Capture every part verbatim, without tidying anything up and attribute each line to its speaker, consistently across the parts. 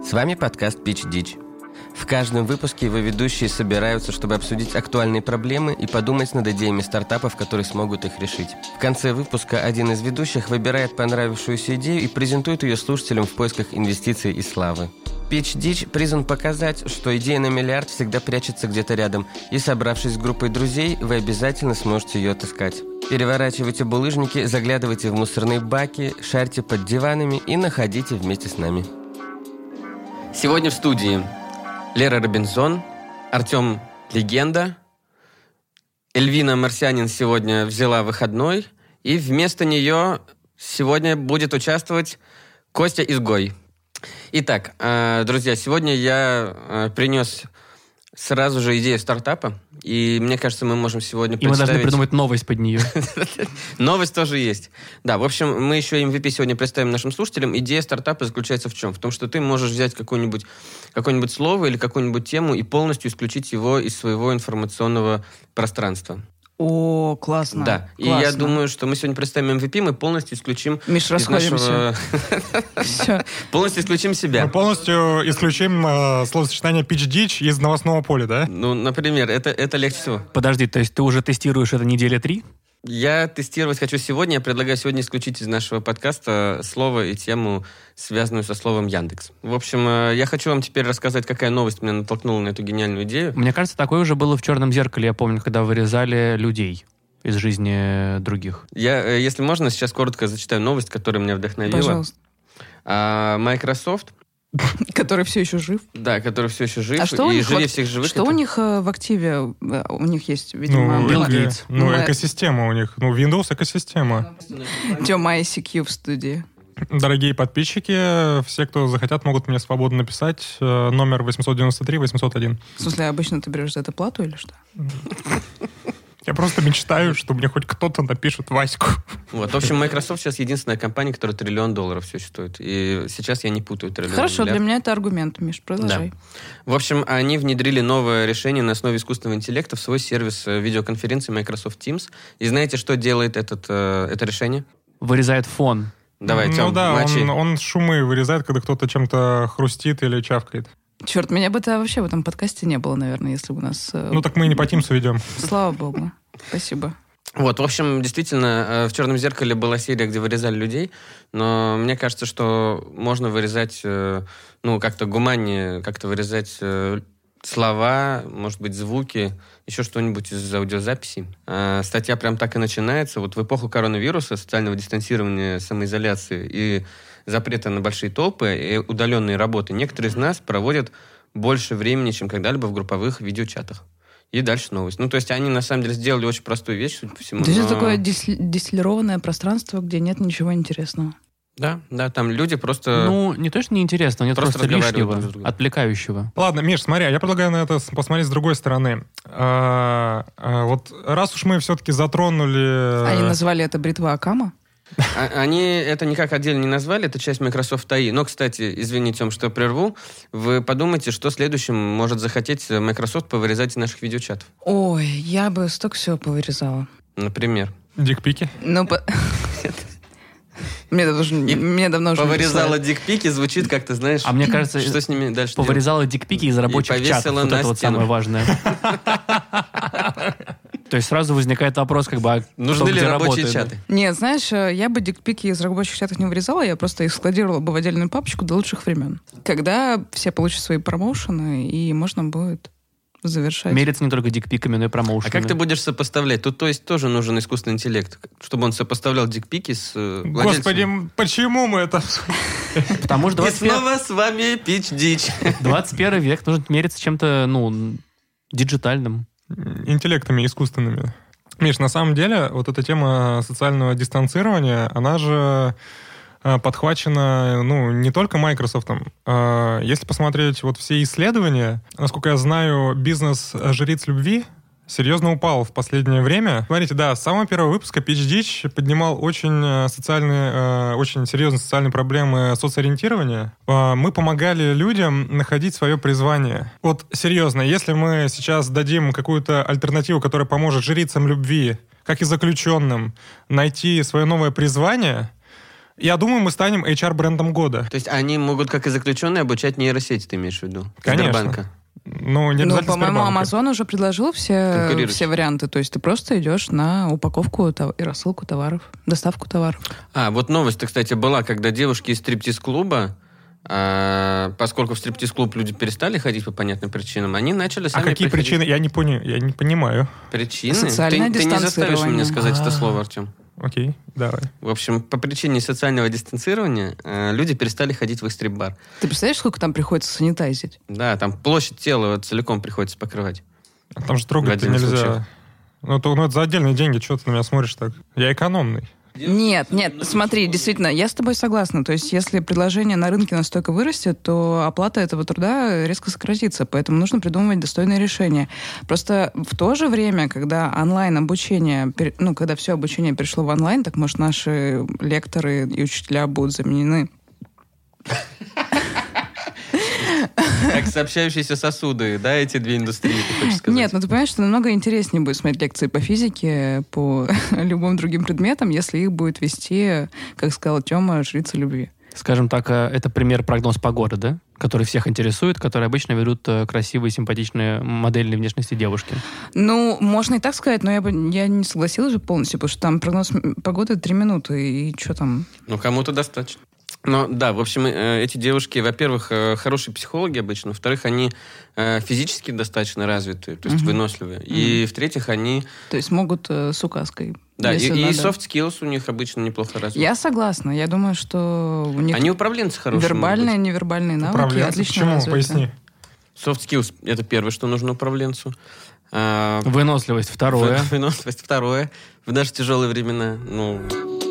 Speaker 1: С вами подкаст Pitch Ditch. В каждом выпуске его ведущие собираются, чтобы обсудить актуальные проблемы и подумать над идеями стартапов, которые смогут их решить. В конце выпуска один из ведущих выбирает понравившуюся идею и презентует ее слушателям в поисках инвестиций и славы. Pitch Ditch призван показать, что идея на миллиард всегда прячется где-то рядом, и, собравшись с группой друзей, вы обязательно сможете ее отыскать. Переворачивайте булыжники, заглядывайте в мусорные баки, шарьте под диванами и находите вместе с нами. Сегодня в студии Лера Робинзон, Артем Легенда, Эльвина Марсианин сегодня взяла выходной, и вместо нее сегодня будет участвовать Костя Изгой. Итак, друзья, сегодня я принес сразу же идею стартапа, и мне кажется, мы можем сегодня
Speaker 2: и представить... И мы должны придумать новость под нее.
Speaker 1: Новость тоже есть. Да, в общем, мы еще эм ви пи сегодня представим нашим слушателям. Идея стартапа заключается в чем? В том, что ты можешь взять какое-нибудь, какое-нибудь слово или какую-нибудь тему и полностью исключить его из своего информационного пространства.
Speaker 3: О, классно.
Speaker 1: Да,
Speaker 3: классно.
Speaker 1: И я думаю, что мы сегодня представим эм ви пи, мы полностью исключим...
Speaker 3: Миш, расходимся.
Speaker 1: Все. Полностью исключим себя.
Speaker 4: Мы полностью исключим э, словосочетание Pitch Ditch из новостного поля, да?
Speaker 1: Ну, например, это, это легче всего.
Speaker 2: Подожди, то есть ты уже тестируешь это неделя три?
Speaker 1: Я тестировать хочу сегодня. Я предлагаю сегодня исключить из нашего подкаста слово и тему, связанную со словом Яндекс. В общем, я хочу вам теперь рассказать, какая новость меня натолкнула на эту гениальную идею.
Speaker 2: Мне кажется, такое уже было в «Черном зеркале», я помню, когда вырезали людей из жизни других.
Speaker 1: Я, если можно, сейчас коротко зачитаю новость, которая меня вдохновила.
Speaker 3: Пожалуйста.
Speaker 1: А, Microsoft...
Speaker 3: Который все еще жив.
Speaker 1: Да, который все еще жив.
Speaker 3: А что у
Speaker 1: и
Speaker 3: них,
Speaker 1: живее
Speaker 3: вот,
Speaker 1: всех живых.
Speaker 3: что
Speaker 1: это...
Speaker 3: у них э, в активе? У них есть, видимо...
Speaker 4: Ну,
Speaker 2: Билл Гейтс.
Speaker 4: Ну,
Speaker 3: ну,
Speaker 4: экосистема у них. Ну, Windows экосистема.
Speaker 3: Тема ай си кью в студии.
Speaker 4: Дорогие подписчики, все, кто захотят, могут мне свободно написать. Номер восемь девять три восемь ноль один.
Speaker 3: В смысле, обычно ты берешь за это плату или что?
Speaker 4: Я просто мечтаю, что мне хоть кто-то напишет Ваську.
Speaker 1: Вот. В общем, Microsoft сейчас единственная компания, которая триллион долларов все стоит. И сейчас я не путаю триллион.
Speaker 3: Хорошо,
Speaker 1: миллиард.
Speaker 3: для меня это аргумент, Миш, продолжай.
Speaker 1: Да. В общем, они внедрили новое решение на основе искусственного интеллекта в свой сервис видеоконференции Microsoft Teams. И знаете, что делает этот, э, это решение?
Speaker 2: Вырезает фон.
Speaker 1: Давай,
Speaker 4: Ну
Speaker 1: Тём,
Speaker 4: да,
Speaker 1: мочи.
Speaker 4: он, он шумы вырезает, когда кто-то чем-то хрустит или чавкает.
Speaker 3: Черт, меня бы это вообще в этом подкасте не было, наверное, если бы у нас... Э...
Speaker 4: Ну так мы и не по Тимсу ведем.
Speaker 3: Слава богу. Спасибо.
Speaker 1: Вот, в общем, действительно, в «Черном зеркале» была серия, где вырезали людей, но мне кажется, что можно вырезать, ну, как-то гуманнее, как-то вырезать слова, может быть, звуки, еще что-нибудь из аудиозаписей. Статья прям так и начинается. Вот в эпоху коронавируса, социального дистанцирования, самоизоляции и запрета на большие толпы и удаленные работы, некоторые из нас проводят больше времени, чем когда-либо в групповых видеочатах. И дальше новость. Ну, то есть они, на самом деле, сделали очень простую вещь, судя по всему.
Speaker 3: То есть
Speaker 1: но...
Speaker 3: это такое дистиллированное пространство, где нет ничего интересного.
Speaker 1: Да, да, там люди просто...
Speaker 2: Ну, не то, что неинтересно, нет просто, просто лишнего,
Speaker 1: друг с другом.
Speaker 2: отвлекающего.
Speaker 4: Ладно, Миш, смотри, я предлагаю на это посмотреть с другой стороны. А, а, вот раз уж мы все-таки затронули...
Speaker 3: Они назвали это бритва Акама?
Speaker 1: Они это никак отдельно не назвали, это часть Microsoft эй ай. Но, кстати, извини, Тём, что прерву, вы подумайте, что следующим может захотеть Microsoft повырезать из наших видеочатов.
Speaker 3: Ой, я бы столько всего повырезала.
Speaker 1: Например?
Speaker 4: Дикпики?
Speaker 3: Ну, по... Мне давно, мне давно уже
Speaker 1: повырезала дикпики, звучит как-то, знаешь...
Speaker 2: А мне кажется,
Speaker 1: что с ними дальше
Speaker 2: повырезала дикпики из рабочих чатов. Вот это вот самое важное. То есть сразу возникает вопрос, как бы, а
Speaker 1: нужны ли рабочие
Speaker 2: работает,
Speaker 1: чаты?
Speaker 2: Да?
Speaker 3: Нет, знаешь, я бы дикпики из рабочих чатов не вырезала, я просто их складировала бы в отдельную папочку до лучших времен. Когда все получат свои промоушены, и можно будет завершать.
Speaker 2: Мериться не только дикпиками, но и промоушенами.
Speaker 1: А как ты будешь сопоставлять? Тут, то есть, тоже нужен искусственный интеллект, чтобы он сопоставлял дикпики с владельцем.
Speaker 4: Господи, почему мы это...
Speaker 2: Потому что
Speaker 1: И снова с вами Pitch Ditch.
Speaker 2: двадцать первый век нужно мериться чем-то, ну, диджитальным.
Speaker 4: Интеллектами искусственными. Миш, на самом деле, вот эта тема социального дистанцирования, она же подхвачена, ну, не только Microsoft. Если посмотреть вот все исследования, насколько я знаю, бизнес жриц любви серьезно упал в последнее время. Смотрите, да, с самого первого выпуска Pitch Ditch поднимал очень социальные, очень серьезные социальные проблемы соцориентирования. Мы помогали людям находить свое призвание. Вот серьезно, если мы сейчас дадим какую-то альтернативу, которая поможет жрицам любви, как и заключенным, найти свое новое призвание, Я думаю, мы станем эйч ар-брендом года.
Speaker 5: То есть они могут, как и заключенные, обучать нейросети, ты имеешь в виду?
Speaker 4: Конечно.
Speaker 5: Сбербанка.
Speaker 4: Ну, не
Speaker 3: Ну,
Speaker 4: обязательно
Speaker 3: по-моему,
Speaker 4: Сбербанка.
Speaker 3: Amazon уже предложил все,
Speaker 5: Конкурирующий.
Speaker 3: все варианты. То есть ты просто идешь на упаковку тов- и рассылку товаров, доставку товаров.
Speaker 5: А, вот новость, кстати, была, когда девушки из стриптиз-клуба, а, поскольку в стриптиз-клуб люди перестали ходить по понятным причинам, они начали
Speaker 4: А
Speaker 5: сами
Speaker 4: какие
Speaker 5: приходить.
Speaker 4: причины? Я не понял, я не понимаю.
Speaker 5: Причины?
Speaker 3: Социальное
Speaker 5: ты, ты не заставишь
Speaker 3: дистанцирование.
Speaker 5: меня сказать это
Speaker 4: А.
Speaker 5: слово, Артем.
Speaker 4: Окей, давай.
Speaker 5: В общем, по причине социального дистанцирования э, люди перестали ходить в их стрип-бар.
Speaker 3: Ты представляешь, сколько там приходится санитайзить?
Speaker 5: Да, там площадь тела вот целиком приходится покрывать.
Speaker 4: А там же трогать
Speaker 5: В отдельных
Speaker 4: нельзя.
Speaker 5: случаях.
Speaker 4: Ну, то, ну, это за отдельные деньги. Чего ты на меня смотришь так? Я экономный.
Speaker 3: Нет, нет, смотри, действительно, я с тобой согласна. То есть, если предложение на рынке настолько вырастет, то оплата этого труда резко сократится. Поэтому нужно придумывать достойные решения. Просто в то же время, когда онлайн-обучение, пере- ну, когда все обучение перешло в онлайн, так, может, наши лекторы и учителя будут заменены.
Speaker 5: Как сообщающиеся сосуды, да, эти две индустрии, ты хочешь сказать?
Speaker 3: Нет, ну ты понимаешь, что намного интереснее будет смотреть лекции по физике, по любым другим предметам, если их будет вести, как сказал Тёма, жрица любви.
Speaker 2: Скажем так, э, это пример прогноз погоды, да? Который всех интересует, которые обычно ведут э, красивые, симпатичные модельной внешности девушки.
Speaker 3: Ну, можно и так сказать, но я бы я не согласилась же полностью, потому что там прогноз м- погоды три минуты, и что там?
Speaker 5: Ну, кому-то достаточно. Ну, да, в общем, э, эти девушки, во-первых, э, хорошие психологи обычно, во-вторых, они э, физически достаточно развитые, то есть
Speaker 3: Мгм.
Speaker 5: выносливые, и, в-третьих, они...
Speaker 3: То есть могут э, с указкой.
Speaker 5: Да, и,
Speaker 3: если
Speaker 5: и
Speaker 3: надо.
Speaker 5: soft skills у них обычно неплохо развиты.
Speaker 3: Я согласна. Я думаю, что у них
Speaker 5: Они управленцы хорошие.
Speaker 3: вербальные,
Speaker 5: могут
Speaker 3: невербальные навыки
Speaker 4: Управленцы.
Speaker 3: отлично
Speaker 4: Почему?
Speaker 3: развиты.
Speaker 4: Поясни.
Speaker 5: быть. Soft skills — это первое, что нужно управленцу. А,
Speaker 2: Выносливость второе.
Speaker 5: вы- Выносливость — второе. В наши тяжелые времена, ну...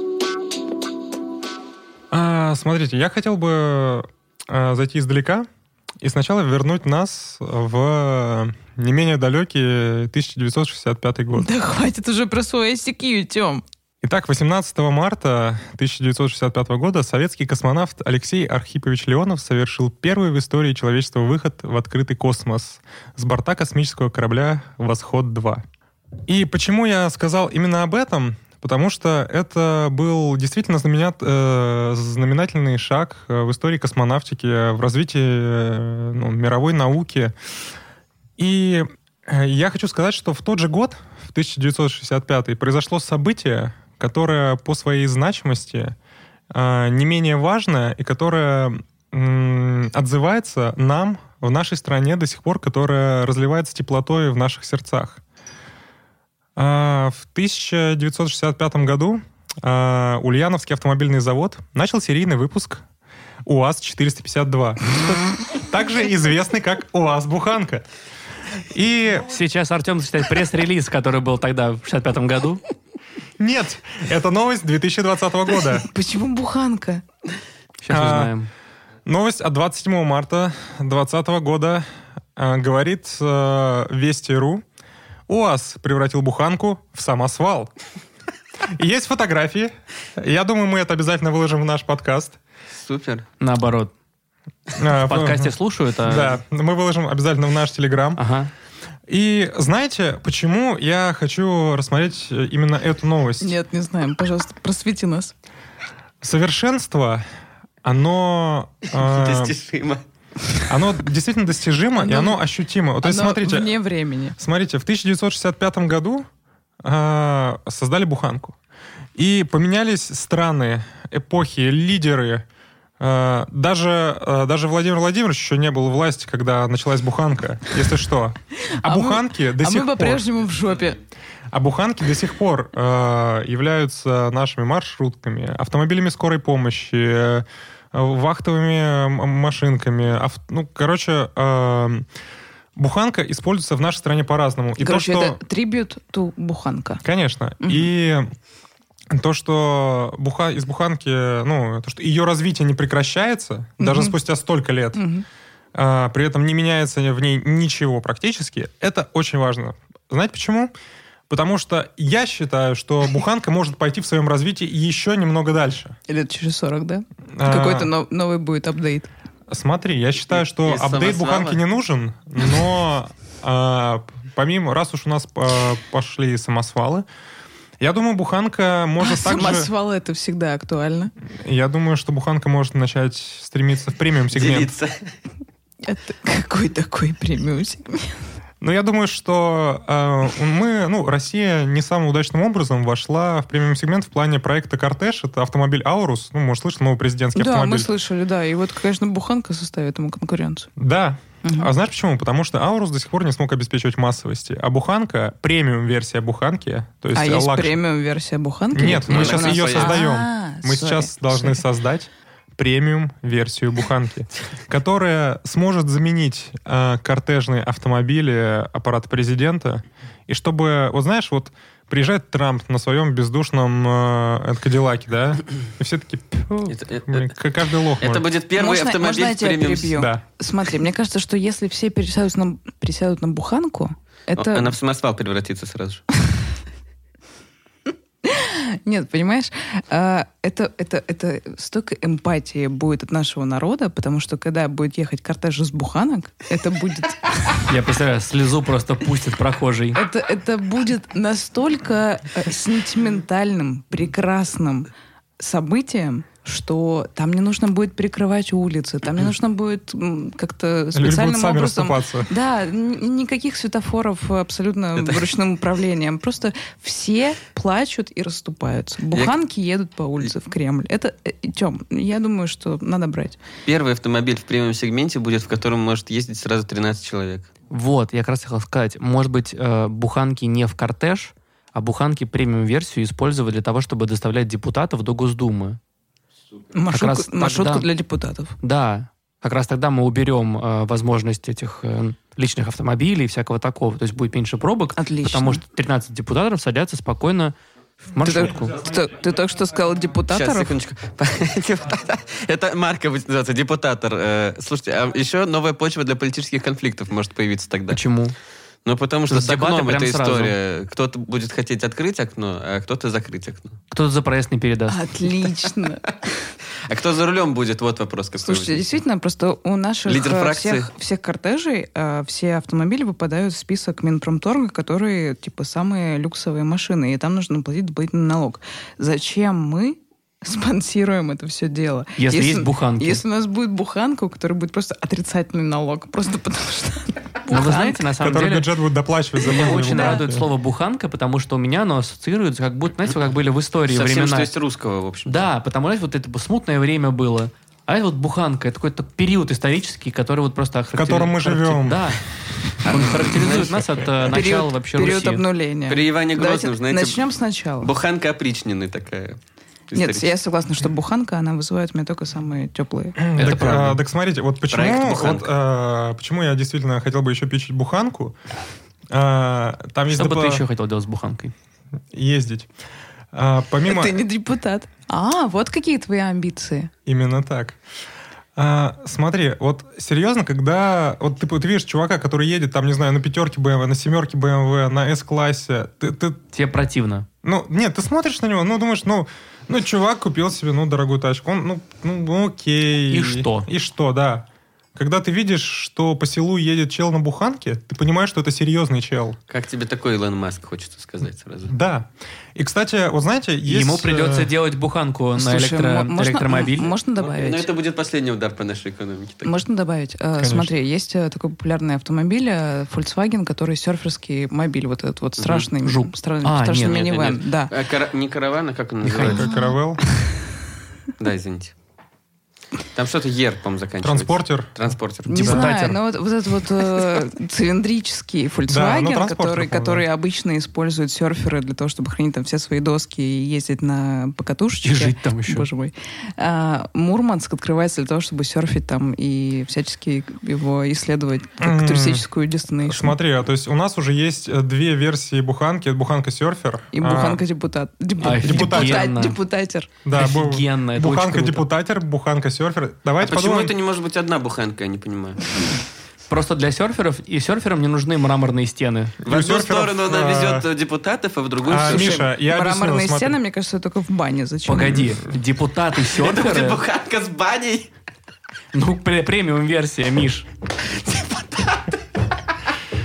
Speaker 4: А, смотрите, я хотел бы а, зайти издалека и сначала вернуть нас в не менее далекий тысяча девятьсот шестьдесят пятый год.
Speaker 3: Да хватит уже про свой ай си кью, Тём.
Speaker 4: Итак, восемнадцатого марта тысяча девятьсот шестьдесят пятого года советский космонавт Алексей Архипович Леонов совершил первый в истории человечества выход в открытый космос с борта космического корабля «Восход-два». И почему я сказал именно об этом? Потому что это был действительно знаменат, э, знаменательный шаг в истории космонавтики, в развитии э, ну, мировой науки. И э, я хочу сказать, что в тот же год, в тысяча девятьсот шестьдесят пятый, произошло событие, которое по своей значимости э, не менее важное и которое м, отзывается нам в нашей стране до сих пор, которое разливается теплотой в наших сердцах. В тысяча девятьсот шестьдесят пятом году э, Ульяновский автомобильный завод начал серийный выпуск УАЗ четыреста пятьдесят два, также известный как УАЗ-буханка. И
Speaker 2: Сейчас Артем зачитает пресс-релиз, который был тогда в шестьдесят пятом году.
Speaker 4: нет, это новость две тысячи двадцатого года.
Speaker 3: Почему буханка?
Speaker 2: Сейчас
Speaker 4: А,
Speaker 2: узнаем.
Speaker 4: Новость от двадцать седьмого марта две тысячи двадцатого года э, говорит э, Вести.ру: УАЗ превратил буханку в самосвал. Есть фотографии. Я думаю, мы это обязательно выложим в наш подкаст.
Speaker 5: Супер.
Speaker 2: Наоборот.
Speaker 4: В
Speaker 2: В подкасте слушают, а...
Speaker 4: Да, мы выложим обязательно в наш Телеграм.
Speaker 2: Ага.
Speaker 4: И знаете, почему я хочу рассмотреть именно эту новость?
Speaker 3: Нет, не знаем. Пожалуйста, просвети нас.
Speaker 4: Совершенство, оно... э,
Speaker 5: Достижимо.
Speaker 4: Оно действительно достижимо, и
Speaker 3: Оно-
Speaker 4: оно ощутимо. Вот, то есть,
Speaker 3: Оно
Speaker 4: смотрите,
Speaker 3: вне времени.
Speaker 4: смотрите, в тысяча девятьсот шестьдесят пятом году э, создали буханку. И поменялись страны, эпохи, лидеры. Э, даже, э, даже Владимир Владимирович еще не был у власти, когда началась буханка, если что. А,
Speaker 3: А мы-
Speaker 4: буханки до
Speaker 3: А
Speaker 4: сих
Speaker 3: мы
Speaker 4: пор...
Speaker 3: по-прежнему в жопе.
Speaker 4: А буханки до сих пор э, являются нашими маршрутками, автомобилями скорой помощи, э, вахтовыми м- машинками. Ав- ну, короче, э, буханка используется в нашей стране по-разному. И
Speaker 3: Короче,
Speaker 4: то, что...
Speaker 3: это трибют ту буханка.
Speaker 4: Конечно.
Speaker 3: Мгм.
Speaker 4: И то, что буха... из буханки, ну, то, что ее развитие не прекращается, даже
Speaker 3: Мгм.
Speaker 4: спустя столько лет,
Speaker 3: Мгм.
Speaker 4: а, при этом не меняется в ней ничего практически, это очень важно. Знаете почему? Потому что я считаю, что буханка может пойти в своем развитии еще немного дальше.
Speaker 3: Лет через сорок, да?
Speaker 4: А,
Speaker 3: Какой-то но- новый будет апдейт.
Speaker 4: Смотри, я считаю, что
Speaker 5: Из
Speaker 4: апдейт
Speaker 5: самосвала?
Speaker 4: буханки не нужен, но а, помимо, раз уж у нас а, пошли самосвалы, Я думаю, буханка может также...
Speaker 3: Самосвал это всегда актуально.
Speaker 4: Я думаю, что буханка может начать стремиться в премиум-сегмент.
Speaker 5: Делиться.
Speaker 3: Это какой такой премиум сегмент?
Speaker 4: Ну, я думаю, что э, мы, ну, Россия не самым удачным образом вошла в премиум-сегмент в плане проекта «Кортеж». Это автомобиль «Аурус». Ну, может, слышали, новый президентский
Speaker 3: Да,
Speaker 4: автомобиль.
Speaker 3: мы слышали, да. И вот, конечно, буханка составит ему конкуренцию.
Speaker 4: Да.
Speaker 3: Угу.
Speaker 4: А знаешь почему? Потому что «Аурус» до сих пор не смог обеспечивать массовости. А буханка, премиум-версия буханки, то есть...
Speaker 3: А есть
Speaker 4: лакш...
Speaker 3: премиум-версия буханки?
Speaker 4: Нет, мы
Speaker 5: Нет,
Speaker 4: сейчас
Speaker 5: у нас
Speaker 4: ее
Speaker 5: своя.
Speaker 4: создаем.
Speaker 3: А,
Speaker 4: Мы
Speaker 3: сори,
Speaker 4: сейчас должны
Speaker 3: сори.
Speaker 4: создать премиум-версию буханки, которая сможет заменить э, кортежные автомобили аппарата президента. И чтобы, вот знаешь, вот приезжает Трамп на своем бездушном э, Кадиллаке, да, и все таки
Speaker 5: Это-
Speaker 4: блин,
Speaker 5: это-
Speaker 4: каждый лох.
Speaker 5: Это
Speaker 4: может.
Speaker 5: будет первый
Speaker 3: Можно-
Speaker 5: автомобиль
Speaker 3: можно я тебя
Speaker 5: премиум.
Speaker 3: перебью?
Speaker 4: Да.
Speaker 3: Смотри, мне кажется, что если все пересядут на, пересядут на буханку, это...
Speaker 5: Она в самосвал превратится сразу же.
Speaker 3: Нет, понимаешь, а, это, это, это столько эмпатии будет от нашего народа, потому что когда будет ехать кортеж из буханок, это будет,
Speaker 2: Я представляю, слезу просто пустит прохожий.
Speaker 3: это, это будет настолько э, сентиментальным, прекрасным событием, что там не нужно будет перекрывать улицы, там не нужно будет м, как-то
Speaker 4: Люди
Speaker 3: специальным
Speaker 4: будут сами
Speaker 3: образом...
Speaker 4: расступаться.
Speaker 3: Да, н- никаких светофоров абсолютно ручным управлением. Просто все плачут и расступаются. Буханки едут по улице в Кремль. Это, э, Тём, я думаю, что надо брать.
Speaker 5: Первый автомобиль в премиум-сегменте будет, в котором может ездить сразу тринадцать человек.
Speaker 2: Вот, я как раз хотел сказать, может быть, э, буханки не в кортеж, а буханки премиум-версию использовать для того, чтобы доставлять депутатов до Госдумы.
Speaker 3: Маршрутку,
Speaker 2: раз тогда-
Speaker 3: маршрутку для депутатов.
Speaker 2: Да, как раз тогда мы уберем э, возможность этих э, личных автомобилей и всякого такого. То есть будет меньше пробок,
Speaker 3: Отлично.
Speaker 2: потому что тринадцать депутатов садятся спокойно в
Speaker 3: Ты,
Speaker 2: маршрутку.
Speaker 3: так- ты- ты только что сказал
Speaker 5: Сейчас,
Speaker 3: депутаторов?
Speaker 5: секундочку. Депутат- Это марка будет называться, депутатор. Э, Слушайте, а еще новая почва для политических конфликтов может появиться тогда.
Speaker 2: Почему?
Speaker 5: Ну, потому что
Speaker 2: То
Speaker 5: с
Speaker 2: есть дебаты
Speaker 5: окном
Speaker 2: прям
Speaker 5: эта
Speaker 2: сразу.
Speaker 5: история. Кто-то будет хотеть открыть окно, а кто-то закрыть окно.
Speaker 2: Кто-то за проезд не передаст.
Speaker 3: Отлично.
Speaker 5: А кто за рулем будет? Вот вопрос. какой
Speaker 3: Слушайте,
Speaker 5: возник.
Speaker 3: действительно, просто у наших
Speaker 5: Лидер
Speaker 3: э,
Speaker 5: фракции.
Speaker 3: всех, всех кортежей э, все автомобили выпадают в список Минпромторга, которые типа самые люксовые машины, и там нужно платить дополнительный налог. Зачем мы спонсируем это все дело?
Speaker 2: Если есть буханки.
Speaker 3: Если у нас будет буханка, у которой будет просто отрицательный налог, просто потому что
Speaker 2: Но вы знаете, на самом
Speaker 4: Который
Speaker 2: деле,
Speaker 4: бюджет будет доплачивать за
Speaker 2: меня
Speaker 4: новые
Speaker 2: очень
Speaker 4: буханки.
Speaker 2: радует слово «буханка», потому что у меня оно ассоциируется, как будто, знаете, как были в истории
Speaker 5: Совсем,
Speaker 2: времена.
Speaker 5: что есть русского, в общем.
Speaker 2: Да, потому что вот это смутное время было. А это вот буханка, это какой-то период исторический, который вот просто
Speaker 4: В котором мы
Speaker 2: характери-
Speaker 4: живем.
Speaker 2: Да. Он характеризует нас от э, начала
Speaker 3: период,
Speaker 2: вообще
Speaker 3: период
Speaker 2: Руси.
Speaker 3: обнуления.
Speaker 5: При Иване
Speaker 3: Давайте
Speaker 5: Грозном, знаете,
Speaker 3: начнем сначала.
Speaker 5: буханка опричнины такая.
Speaker 3: Нет,
Speaker 5: Исторически.
Speaker 3: я согласна, что буханка, она вызывает у меня только самые теплые.
Speaker 2: Это
Speaker 4: так,
Speaker 2: правда.
Speaker 4: а, так смотрите, вот почему,
Speaker 5: Проект «Буханка».
Speaker 4: вот, а, почему я действительно хотел бы еще пичить буханку. А, там есть
Speaker 2: Что бы
Speaker 4: доп-
Speaker 2: ты еще хотел делать с буханкой?
Speaker 4: ездить. А, помимо...
Speaker 3: Ты не депутат. А, вот какие твои амбиции.
Speaker 4: Именно так. А, смотри, вот серьезно, когда вот ты, ты видишь чувака, который едет, там, не знаю, на пятерке бэ эм вэ, на семерке бэ эм вэ, на С-классе, ты, ты,
Speaker 2: Тебе противно.
Speaker 4: ну, нет, ты смотришь на него, ну, думаешь, ну, ну, чувак купил себе, ну, дорогую тачку, он, ну, ну, окей.
Speaker 2: И что?
Speaker 4: И что, да. Когда ты видишь, что по селу едет чел на буханке, ты понимаешь, что это серьезный чел.
Speaker 5: Как тебе такой Илон Маск, хочется сказать сразу.
Speaker 4: Да. И, кстати, вот знаете, есть...
Speaker 2: Ему придется
Speaker 4: э,
Speaker 2: делать буханку на
Speaker 3: Слушай,
Speaker 2: электро-
Speaker 3: мо- можно,
Speaker 2: электромобиль.
Speaker 3: м- можно
Speaker 5: Но
Speaker 3: добавить?
Speaker 5: это будет последний удар по нашей экономике. так.
Speaker 3: Можно добавить? Э,
Speaker 4: Конечно.
Speaker 3: Смотри, есть э, такой популярный автомобиль э, Volkswagen, который серферский мобиль, вот этот вот страшный,
Speaker 2: Жук.
Speaker 3: стра-
Speaker 2: А,
Speaker 3: страшный
Speaker 2: нет, нет,
Speaker 3: минивэн.
Speaker 5: нет, нет.
Speaker 3: Да.
Speaker 5: А кара- Не караван, а как он
Speaker 2: Михаил.
Speaker 5: называется?
Speaker 4: Как каравелл.
Speaker 5: Да, извините. Там что-то Ер, по-моему, заканчивается.
Speaker 4: Транспортер.
Speaker 5: Транспортер.
Speaker 3: Не
Speaker 2: Депутатер.
Speaker 3: знаю, но вот, вот этот вот э, цилиндрический Volkswagen,
Speaker 4: ну, транспортер,
Speaker 3: который,
Speaker 4: по-моему,
Speaker 3: который
Speaker 4: да.
Speaker 3: обычно используют серферы для того, чтобы хранить там все свои доски и ездить на покатушечке.
Speaker 2: И жить там еще.
Speaker 3: Боже мой. А, Мурманск открывается для того, чтобы серфить там и всячески его исследовать как
Speaker 4: М.
Speaker 3: туристическую destination.
Speaker 4: Смотри, а, то есть у нас уже есть э, две версии буханки. Буханка-серфер.
Speaker 3: И
Speaker 4: а,
Speaker 3: буханка-депутат. Депу-
Speaker 2: Офигенно.
Speaker 3: депутат- Депутатер.
Speaker 4: Да, бу-
Speaker 2: Офигенно, это очень круто.
Speaker 4: Буханка-депутатер, буханка-серфер.
Speaker 5: А
Speaker 4: Давайте
Speaker 5: почему
Speaker 4: подумаем.
Speaker 5: это не может быть одна буханка, я не понимаю.
Speaker 2: Просто для серферов и серферам не нужны мраморные стены.
Speaker 5: В одну
Speaker 4: серферов,
Speaker 5: сторону она
Speaker 4: а,
Speaker 5: везет э, депутатов, а в другую...
Speaker 4: а,
Speaker 5: всё.
Speaker 4: Миша, я объясню,
Speaker 3: Мраморные
Speaker 4: смотри.
Speaker 3: стены, мне кажется, только в бане. Зачем?
Speaker 2: Погоди, депутаты
Speaker 5: Это будет
Speaker 2: серферы,
Speaker 5: буханка с баней.
Speaker 2: ну, пре- премиум-версия, Миш.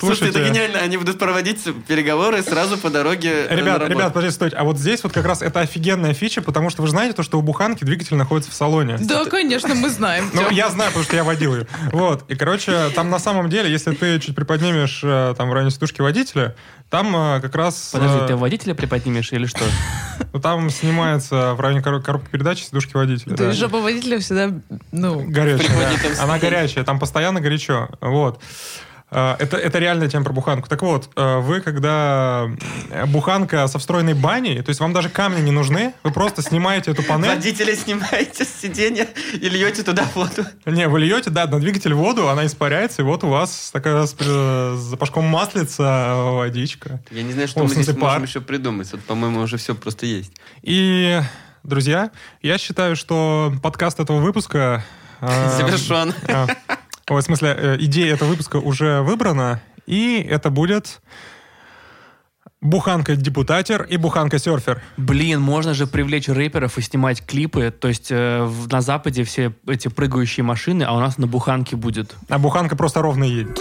Speaker 5: Слушай, это гениально. Они будут проводить переговоры сразу по дороге
Speaker 4: Ребят,
Speaker 5: на работу.
Speaker 4: ребят, подождите, стойте. А вот здесь вот как раз это офигенная фича, потому что вы знаете то, что у буханки двигатель находится в салоне.
Speaker 3: Да, конечно, мы знаем.
Speaker 4: Ну, я знаю, потому что я водил ее. Вот. И, короче, там на самом деле, если ты чуть приподнимешь там в районе сидушки водителя, там как раз...
Speaker 2: Подожди, ты водителя приподнимешь или что?
Speaker 4: Ну, там снимается в районе кор- коробки передач сидушки водителя.
Speaker 3: То
Speaker 4: да.
Speaker 3: есть жопа водителя всегда, ну...
Speaker 4: Горячая, да. Она горячая, там постоянно горячо. Вот. Это, это реальная тема про буханку. Так вот, вы, когда буханка со встроенной баней, то есть вам даже камни не нужны, вы просто снимаете эту панель.
Speaker 5: Водителя снимаете с сиденья и льете туда воду.
Speaker 4: Не, вы льете, да, на двигатель воду, она испаряется, и вот у вас такая с, с запашком маслица водичка.
Speaker 5: Я не знаю, что
Speaker 4: О,
Speaker 5: мы здесь
Speaker 4: пар.
Speaker 5: можем еще придумать. Вот, по-моему, уже все просто есть.
Speaker 4: И, друзья, я считаю, что подкаст этого выпуска...
Speaker 5: Завершен.
Speaker 4: Э, Ой, в смысле, э, идея этого выпуска уже выбрана, и это будет буханка-депутатер и буханка-серфер.
Speaker 2: Блин, можно же привлечь рэперов и снимать клипы. То есть э, в- на Западе все эти прыгающие машины, а у нас на буханке будет.
Speaker 4: А буханка просто ровно едет.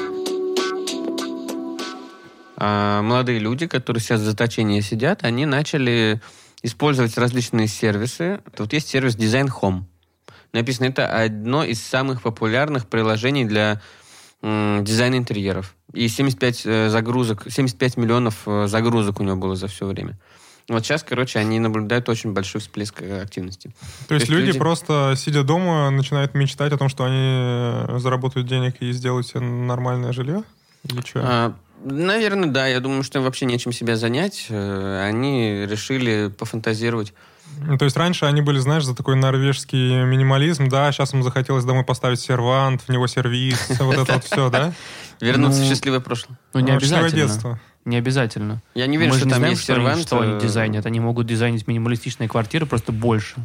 Speaker 5: А молодые люди, которые сейчас в заточении сидят, они начали использовать различные сервисы. Вот есть сервис Design Home. Написано, это одно из самых популярных приложений для м, дизайна интерьеров. И семьдесят пять э, загрузок, семьдесят пять миллионов э, загрузок у него было за все время. Вот сейчас, короче, они наблюдают очень большой всплеск э, активности.
Speaker 4: То есть
Speaker 5: То есть
Speaker 4: люди,
Speaker 5: люди-
Speaker 4: просто, сидя дома, начинают мечтать о том, что они заработают денег и сделают себе нормальное жилье? Или что?
Speaker 5: А, наверное, да. Я думаю, что им вообще нечем себя занять. Э, Они решили пофантазировать.
Speaker 4: Ну, то есть раньше они были, знаешь, за такой норвежский минимализм, да, сейчас им захотелось домой поставить сервант, в него сервиз, вот это вот все, да?
Speaker 5: Вернуться
Speaker 2: Ну,
Speaker 5: в счастливое прошлое.
Speaker 2: Ну, не
Speaker 4: Ну, счастливое
Speaker 2: обязательно.
Speaker 4: детство.
Speaker 2: Не обязательно.
Speaker 5: Я не уверен,
Speaker 2: Мы
Speaker 5: что
Speaker 2: же не
Speaker 5: там
Speaker 2: знаем,
Speaker 5: есть
Speaker 2: что они,
Speaker 5: сервант.
Speaker 2: что они
Speaker 5: э,
Speaker 2: дизайнят. Они могут дизайнить минималистичные квартиры, просто больше.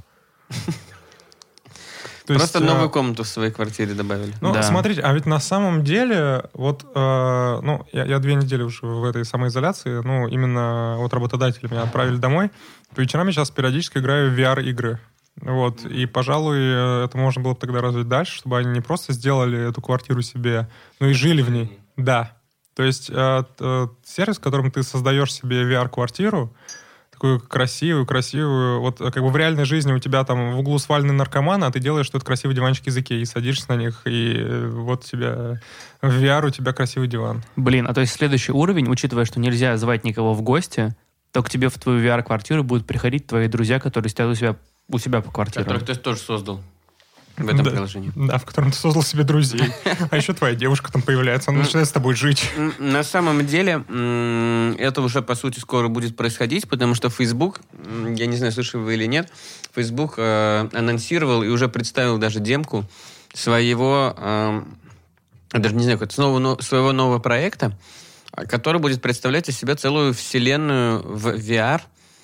Speaker 4: То есть,
Speaker 5: Просто
Speaker 4: э,
Speaker 5: новую комнату в своей квартире добавили.
Speaker 4: Ну,
Speaker 2: Да.
Speaker 4: смотрите, а ведь на самом деле, вот, э, ну, я, я две недели уже в этой самоизоляции, ну, именно от работодателя меня отправили домой. По вечерам я сейчас периодически играю в ви ар-игры. Вот, и, пожалуй, э, это можно было бы тогда развить дальше, чтобы они не просто сделали эту квартиру себе, но и жили в ней. Да. То есть э, э, сервис, в котором ты создаешь себе ви ар-квартиру, такую красивую, красивую. Вот как бы в реальной жизни у тебя там в углу сваленный наркоман, а ты делаешь тут красивый диванчик из Икеи, садишься на них, и э, вот у тебя в ви ар у тебя красивый диван.
Speaker 2: Блин, а то есть следующий уровень, учитывая, что нельзя звать никого в гости, то к тебе в твою ви ар-квартиру будут приходить твои друзья, которые сидят у себя, у себя по квартирам.
Speaker 5: Которых ты тоже создал в этом
Speaker 4: Да.
Speaker 5: приложении.
Speaker 4: Да, в котором ты создал себе друзей. А еще твоя девушка там появляется, она начинает с тобой жить.
Speaker 5: М, На самом деле, м, это уже, по сути, скоро будет происходить, потому что Facebook, м, я не знаю, слышали вы или нет, Facebook э, анонсировал и уже представил даже демку своего, э, я даже не знаю, как это, снова, но- своего нового проекта, а, который будет представлять из себя целую вселенную в ви ар,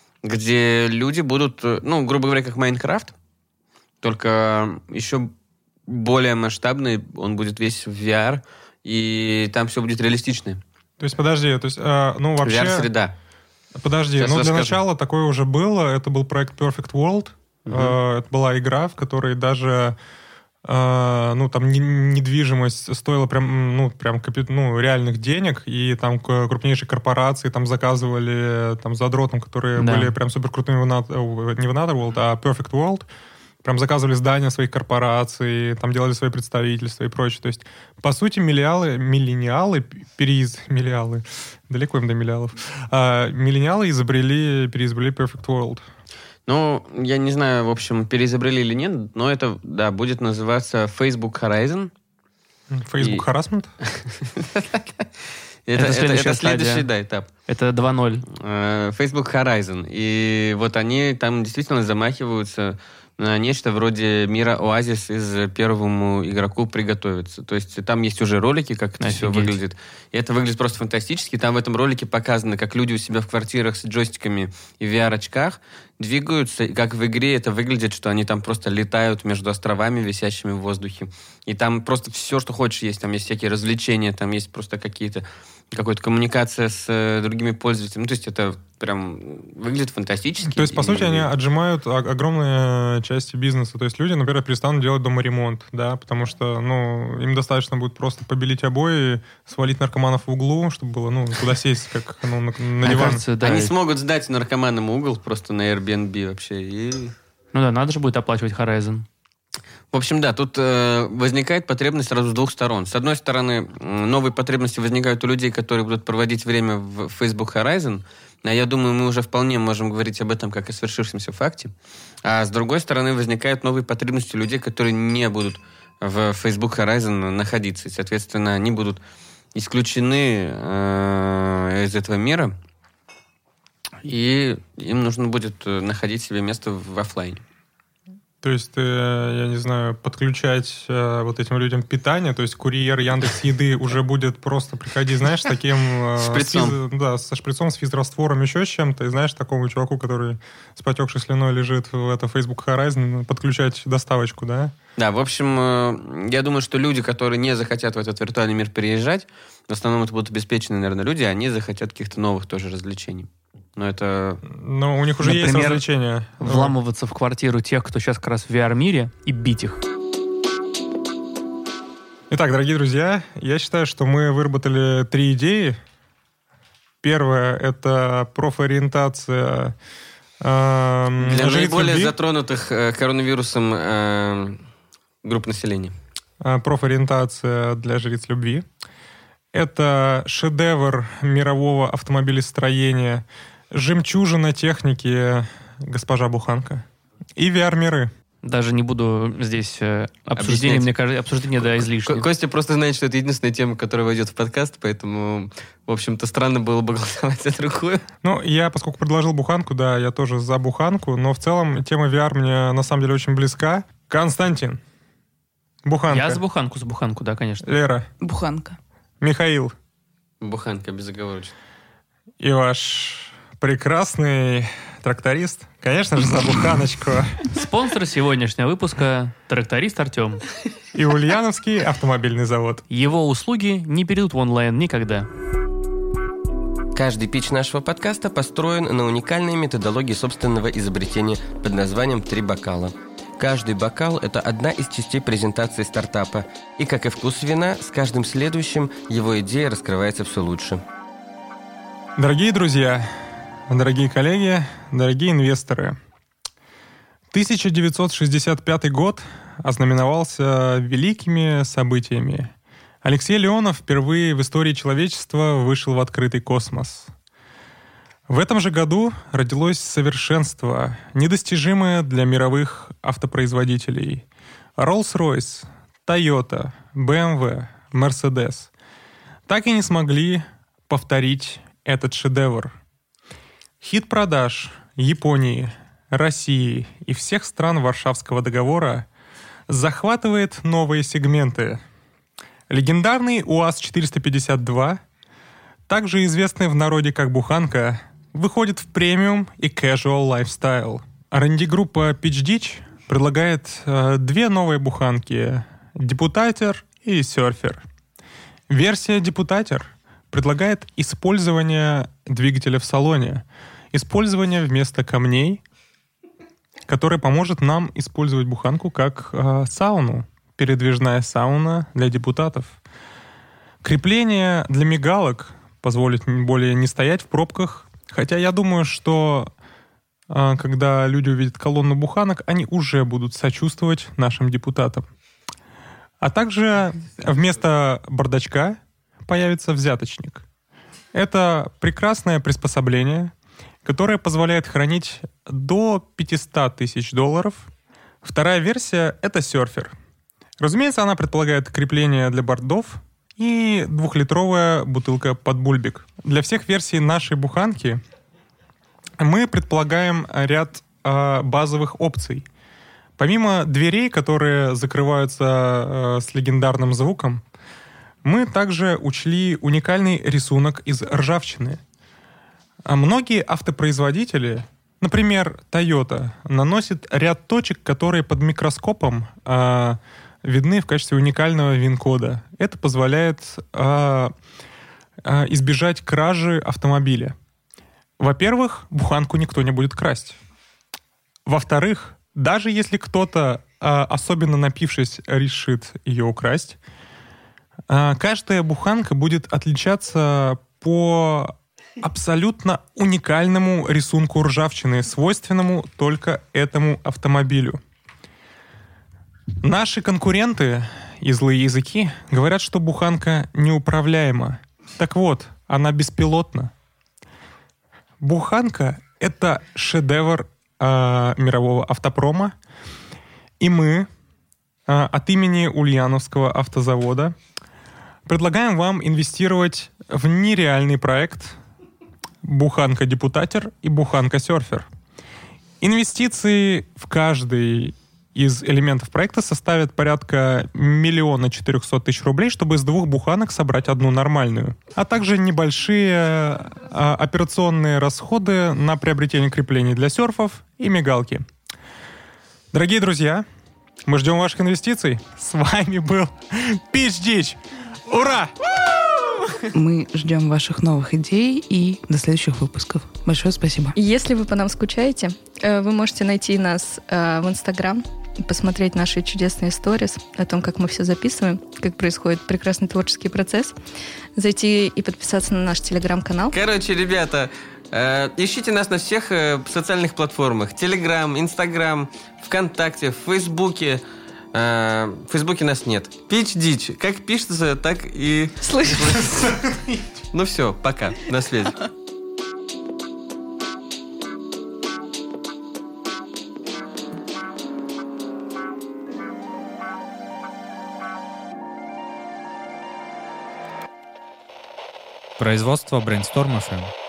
Speaker 5: где люди будут, э, ну, грубо говоря, как Майнкрафт, только еще более масштабный, он будет весь в ви ар, и там все будет реалистичное.
Speaker 4: То есть, подожди, то есть, э, ну, вообще...
Speaker 5: ви ар-среда.
Speaker 4: Подожди,
Speaker 5: Сейчас
Speaker 4: ну, для
Speaker 5: расскажу.
Speaker 4: начала такое уже было. Это был проект Perfect World.
Speaker 5: Мгм.
Speaker 4: Э, Это была игра, в которой даже э, ну, там не- недвижимость стоила прям, ну, прям капи- ну, реальных денег, и там к- крупнейшие корпорации там заказывали там задротам, которые
Speaker 2: Да.
Speaker 4: были прям супер крутыми в Not- э, не в Another World, а Perfect World. Прям заказывали здания своих корпораций, там делали свои представительства и прочее. То есть, по сути, миллиалы, миллениалы, переиз, миллиалы, далеко им до миллиалов, а, миллениалы изобрели, переизобрели Perfect World.
Speaker 5: Ну, я не знаю, в общем, переизобрели или нет, но это, да, будет называться Facebook Horizon.
Speaker 4: Facebook
Speaker 5: И-
Speaker 4: Harassment?
Speaker 5: Это, это,
Speaker 2: следующая
Speaker 5: это следующий,
Speaker 2: стадия.
Speaker 5: да, этап.
Speaker 2: Это два ноль.
Speaker 5: Э, Facebook Horizon. И вот они там действительно замахиваются на нечто вроде мира Оазис из первому игроку приготовиться. То есть там есть уже ролики, как это все
Speaker 2: Офигеть.
Speaker 5: выглядит. И это выглядит просто фантастически. Там в этом ролике показано, как люди у себя в квартирах с джойстиками и ви ар-очках двигаются, и как в игре это выглядит, что они там просто летают между островами, висящими в воздухе. И там просто все, что хочешь есть. Там есть всякие развлечения, там есть просто какие-то какая-то коммуникация с э, другими пользователями. Ну, то есть это прям выглядит фантастически.
Speaker 4: То есть, по
Speaker 5: и...
Speaker 4: сути, они отжимают о- огромные части бизнеса. То есть люди, например, перестанут делать дома ремонт, да, потому что, ну, им достаточно будет просто побелить обои, свалить наркоманов в углу, чтобы было, ну, куда сесть, как ну, на, на диван.
Speaker 2: Кажется, да.
Speaker 5: Они смогут сдать наркоманам угол просто на Airbnb вообще. И...
Speaker 2: Ну да, надо же будет оплачивать Horizon.
Speaker 5: В общем, да, тут э, возникает потребность сразу с двух сторон. С одной стороны, новые потребности возникают у людей, которые будут проводить время в Facebook Horizon. А я думаю, мы уже вполне можем говорить об этом как о свершившемся факте. А с другой стороны, возникают новые потребности у людей, которые не будут в Facebook Horizon находиться. И, соответственно, они будут исключены э, из этого мира. И им нужно будет находить себе место в офлайне.
Speaker 4: То есть, э, я не знаю, подключать э, вот этим людям питание, то есть курьер Яндекс.Еды уже будет просто приходить, знаешь, с таким... Э,
Speaker 5: шприцом.
Speaker 4: С физ, да, со шприцом, с физраствором, еще с чем-то, и знаешь, такому чуваку, который с потекшей слюной лежит в это Facebook Horizon, подключать доставочку, да?
Speaker 5: Да, в общем, э, я думаю, что люди, которые не захотят в этот виртуальный мир переезжать, в основном это будут обеспеченные, наверное, люди, они захотят каких-то новых тоже развлечений. Но это...
Speaker 4: Но у них уже
Speaker 2: Например,
Speaker 4: есть развлечения.
Speaker 2: Вламываться в квартиру тех, кто сейчас как раз в ви ар-мире, и бить их.
Speaker 4: Итак, дорогие друзья, я считаю, что мы выработали три идеи. Первое — это профориентация э,
Speaker 5: Для
Speaker 4: жриц
Speaker 5: наиболее
Speaker 4: любви.
Speaker 5: затронутых э, коронавирусом э, групп населения.
Speaker 4: Э, профориентация для жриц любви. Это шедевр мирового автомобилестроения, жемчужина техники госпожа Буханка и ви ар-миры.
Speaker 2: Даже не буду здесь э, обсуждение,
Speaker 5: Объяснять.
Speaker 2: мне кажется, обсуждение, да, излишнее.
Speaker 5: Ко- Костя просто знает, что это единственная тема, которая войдет в подкаст, поэтому, в общем-то, странно было бы голосовать за другую.
Speaker 4: Ну, я, поскольку предложил Буханку, да, я тоже за Буханку, но в целом тема ви ар мне на самом деле очень близка. Константин. Буханка.
Speaker 2: Я за Буханку, за Буханку, да, конечно.
Speaker 4: Лера.
Speaker 3: Буханка.
Speaker 4: Михаил.
Speaker 5: Буханка безоговорочно.
Speaker 4: И ваш прекрасный тракторист. Конечно же, за Буханочку.
Speaker 2: Спонсор сегодняшнего выпуска – тракторист Артем.
Speaker 4: И Ульяновский автомобильный завод.
Speaker 2: Его услуги не перейдут в онлайн никогда.
Speaker 1: Каждый питч нашего подкаста построен на уникальной методологии собственного изобретения под названием «Три бокала». Каждый бокал – это одна из частей презентации стартапа. И, как и вкус вина, с каждым следующим его идея раскрывается все лучше.
Speaker 4: Дорогие друзья, дорогие коллеги, дорогие инвесторы, тысяча девятьсот шестьдесят пятый год ознаменовался великими событиями. Алексей Леонов впервые в истории человечества вышел в открытый космос. В этом же году родилось совершенство, недостижимое для мировых автопроизводителей. Rolls-Royce, Toyota, бэ эм вэ, Mercedes так и не смогли повторить этот шедевр. Хит продаж Японии, России и всех стран Варшавского договора захватывает новые сегменты. Легендарный УАЗ четыреста пятьдесят два, также известный в народе как Буханка, выходит в премиум и casual lifestyle. ар энд ди-группа Pitch Ditch предлагает э, две новые буханки – Депутатер и Серфер. Версия Депутатер предлагает использование двигателя в салоне, использование вместо камней, которое поможет нам использовать буханку как э, сауну, передвижная сауна для депутатов. Крепление для мигалок позволит более не стоять в пробках. Хотя я думаю, что э, когда люди увидят колонну буханок, они уже будут сочувствовать нашим депутатам. А также вместо бардачка появится взяточник. Это прекрасное приспособление, которое позволяет хранить до пятьсот тысяч долларов. Вторая версия — это серфер. Разумеется, она предполагает крепление для бордов и двухлитровая бутылка под бульбик. Для всех версий нашей буханки мы предполагаем ряд э, базовых опций. Помимо дверей, которые закрываются э, с легендарным звуком, мы также учли уникальный рисунок из ржавчины. А многие автопроизводители, Например, Toyota наносит ряд точек, которые под микроскопом э, видны в качестве уникального ВИН-кода. Это позволяет э, э, избежать кражи автомобиля. Во-первых, буханку никто не будет красть. Во-вторых, даже если кто-то, э, особенно напившись, решит ее украсть, э, каждая буханка будет отличаться по абсолютно уникальному рисунку ржавчины, свойственному только этому автомобилю. Наши конкуренты и злые языки говорят, что буханка неуправляема. Так вот, она беспилотна. Буханка — это шедевр э, мирового автопрома, и мы э, от имени Ульяновского автозавода предлагаем вам инвестировать в нереальный проект «Буханка-депутатер» и «Буханка-серфер». Инвестиции в каждый из элементов проекта составят порядка миллиона четырехсот тысяч рублей, чтобы из двух буханок собрать одну нормальную. А также небольшие а, операционные расходы на приобретение креплений для серфов и мигалки. Дорогие друзья, мы ждем ваших инвестиций. С вами был Pitch Ditch. Ура!
Speaker 3: Мы ждем ваших новых идей и до следующих выпусков. Большое спасибо.
Speaker 6: Если вы по нам скучаете, вы можете найти нас в Инстаграм, посмотреть наши чудесные сторис о том, как мы все записываем, как происходит прекрасный творческий процесс, зайти и подписаться на наш Телеграм-канал.
Speaker 5: Короче, ребята, э, ищите нас на всех э, социальных платформах. Телеграм, Инстаграм, ВКонтакте, в Фейсбуке. Э, в Фейсбуке нас нет. Pitch Ditch. Как пишется, так и...
Speaker 6: Слышишь?
Speaker 5: Ну все, пока. На связи.
Speaker 7: Производство Brainstorm эф эм.